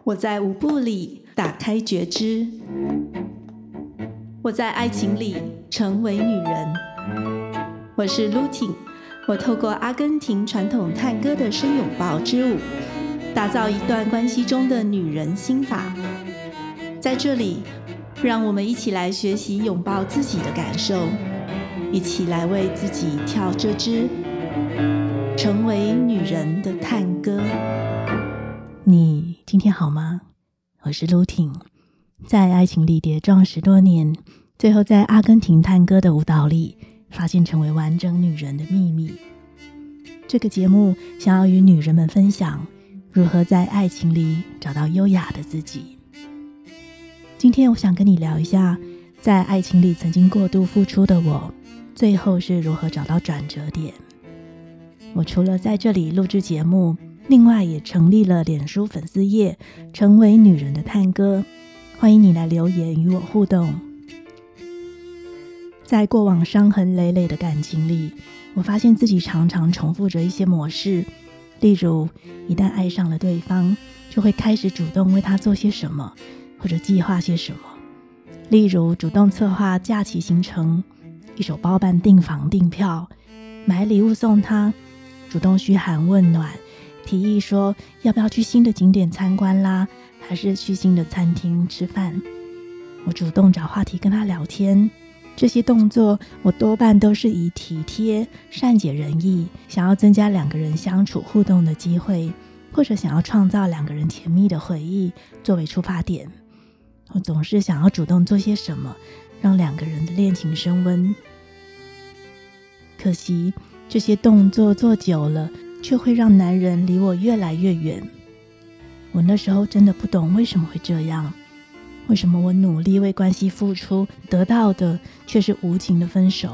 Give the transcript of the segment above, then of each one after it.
我在舞步里打开觉知，我在爱情里成为女人。我是 Lutin， 我透过阿根廷传统探戈的深拥抱之舞，打造一段关系中的女人心法。在这里，让我们一起来学习拥抱自己的感受，一起来为自己跳这支成为女人的探戈。你今天好吗？我是 Lutin， 在爱情里跌撞10多年，最后在阿根廷探戈的舞蹈里发现成为完整女人的秘密。这个节目想要与女人们分享如何在爱情里找到优雅的自己。今天我想跟你聊一下，在爱情里曾经过度付出的我，最后是如何找到转折点。我除了在这里录制节目，另外也成立了脸书粉丝页，成为女人的探戈，欢迎你来留言与我互动。在过往伤痕累累的感情里，我发现自己常常重复着一些模式，例如一旦爱上了对方，就会开始主动为他做些什么，或者计划些什么，例如主动策划假期行程，一手包办订房订票，买礼物送他，主动嘘寒问暖，提议说要不要去新的景点参观啦，还是去新的餐厅吃饭。我主动找话题跟他聊天，这些动作我多半都是以体贴、善解人意，想要增加两个人相处互动的机会，或者想要创造两个人甜蜜的回忆作为出发点。我总是想要主动做些什么，让两个人的恋情升温。可惜这些动作做久了，却会让男人离我越来越远。我那时候真的不懂为什么会这样，为什么我努力为关系付出，得到的却是无情的分手。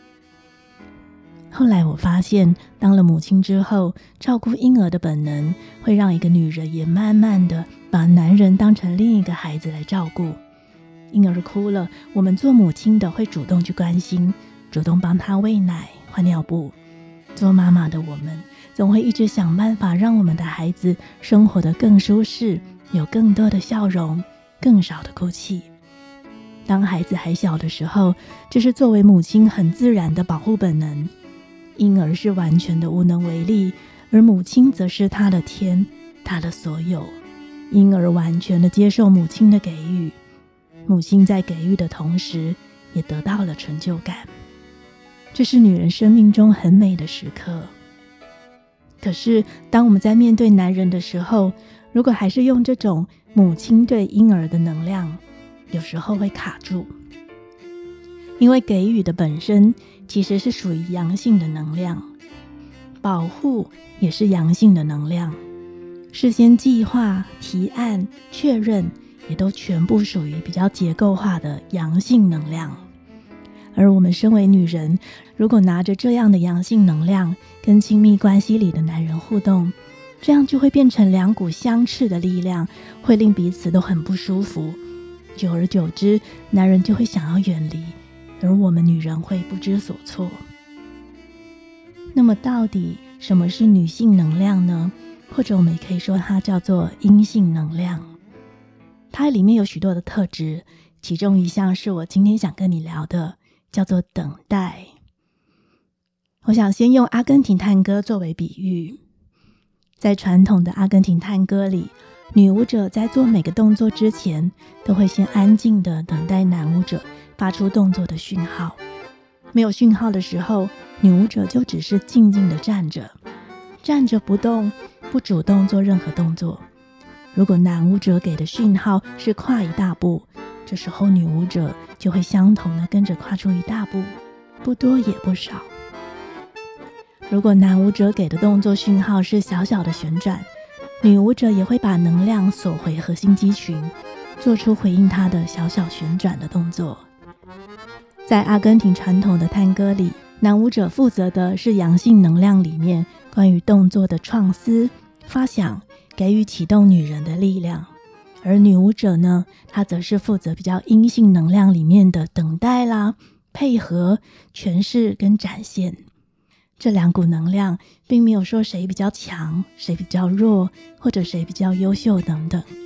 后来我发现，当了母亲之后，照顾婴儿的本能会让一个女人也慢慢的把男人当成另一个孩子来照顾。婴儿哭了，我们做母亲的会主动去关心，主动帮他喂奶换尿布。做妈妈的我们总会一直想办法让我们的孩子生活得更舒适，有更多的笑容，更少的哭泣。当孩子还小的时候，这是作为母亲很自然的保护本能。婴儿是完全的无能为力，而母亲则是他的天，他的所有。婴儿完全的接受母亲的给予，母亲在给予的同时也得到了成就感。这是女人生命中很美的时刻。可是当我们在面对男人的时候，如果还是用这种母亲对婴儿的能量，有时候会卡住。因为给予的本身其实是属于阳性的能量，保护也是阳性的能量，事先计划、提案、确认也都全部属于比较结构化的阳性能量。而我们身为女人，如果拿着这样的阳性能量跟亲密关系里的男人互动，这样就会变成两股相斥的力量，会令彼此都很不舒服。久而久之，男人就会想要远离，而我们女人会不知所措。那么到底什么是女性能量呢？或者我们也可以说它叫做阴性能量。它里面有许多的特质，其中一项是我今天想跟你聊的，叫做等待。我想先用阿根廷探戈作为比喻。在传统的阿根廷探戈里，女舞者在做每个动作之前，都会先安静地等待男舞者发出动作的讯号。没有讯号的时候，女舞者就只是静静地站着不动，不主动做任何动作。如果男舞者给的讯号是跨一大步，这时候女舞者就会相同的跟着跨出一大步，不多也不少。如果男舞者给的动作讯号是小小的旋转，女舞者也会把能量锁回核心肌群，做出回应他的小小旋转的动作。在阿根廷传统的探戈里，男舞者负责的是阳性能量里面关于动作的创思、发想，给予启动女人的力量。而女舞者呢，她则是负责比较阴性能量里面的等待啦、配合、诠释跟展现。这两股能量并没有说谁比较强，谁比较弱，或者谁比较优秀等等，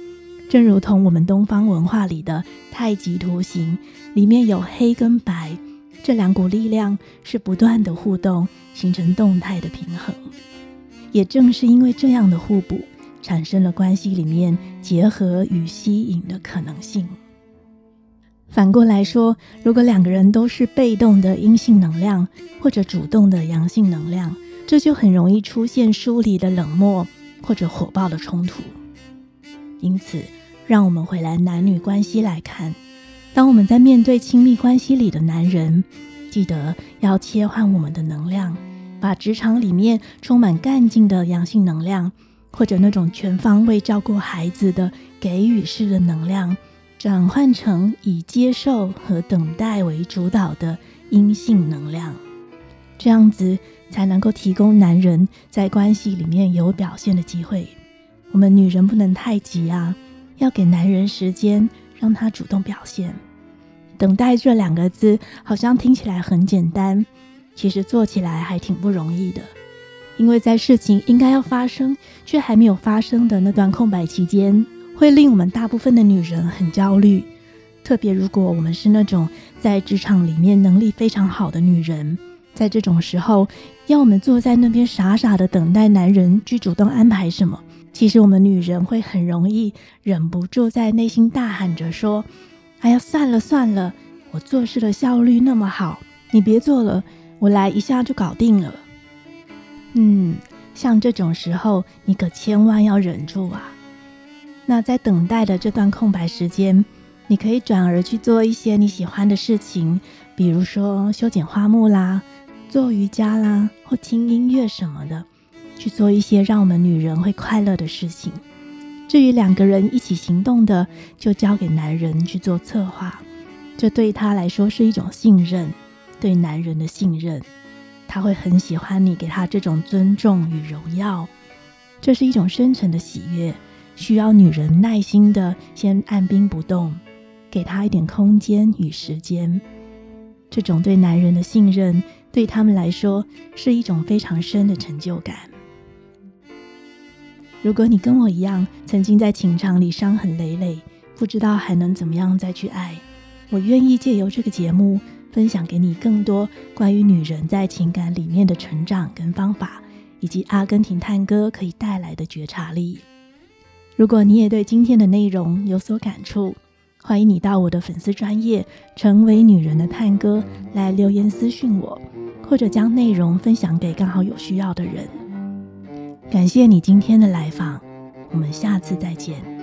正如同我们东方文化里的太极图形，里面有黑跟白，这两股力量是不断的互动，形成动态的平衡。也正是因为这样的互补，产生了关系里面结合与吸引的可能性。反过来说，如果两个人都是被动的阴性能量，或者主动的阳性能量，这就很容易出现疏离的冷漠，或者火爆的冲突。因此，让我们回来男女关系来看，当我们在面对亲密关系里的男人，记得要切换我们的能量，把职场里面充满干劲的阳性能量，或者那种全方位照顾孩子的给予式的能量，转换成以接受和等待为主导的阴性能量。这样子才能够提供男人在关系里面有表现的机会。我们女人不能太急啊，要给男人时间，让他主动表现。等待这两个字好像听起来很简单，其实做起来还挺不容易的。因为在事情应该要发生却还没有发生的那段空白期间，会令我们大部分的女人很焦虑。特别如果我们是那种在职场里面能力非常好的女人，在这种时候要我们坐在那边傻傻的等待男人去主动安排什么，其实我们女人会很容易忍不住在内心大喊着说，哎呀，算了算了，我做事的效率那么好，你别做了，我来一下就搞定了。像这种时候你可千万要忍住啊。那在等待的这段空白时间，你可以转而去做一些你喜欢的事情，比如说修剪花木啦，做瑜伽啦，或听音乐什么的，去做一些让我们女人会快乐的事情。至于两个人一起行动的，就交给男人去做策划，这对他来说是一种信任，对男人的信任，他会很喜欢你给他这种尊重与荣耀，这是一种深沉的喜悦，需要女人耐心的先按兵不动，给他一点空间与时间。这种对男人的信任，对他们来说是一种非常深的成就感。如果你跟我一样，曾经在情场里伤痕累累，不知道还能怎么样再去爱，我愿意借由这个节目分享给你更多关于女人在情感里面的成长跟方法，以及阿根廷探戈可以带来的觉察力。如果你也对今天的内容有所感触，欢迎你到我的粉丝专页成为女人的探戈来留言私讯我，或者将内容分享给刚好有需要的人。感谢你今天的来访，我们下次再见。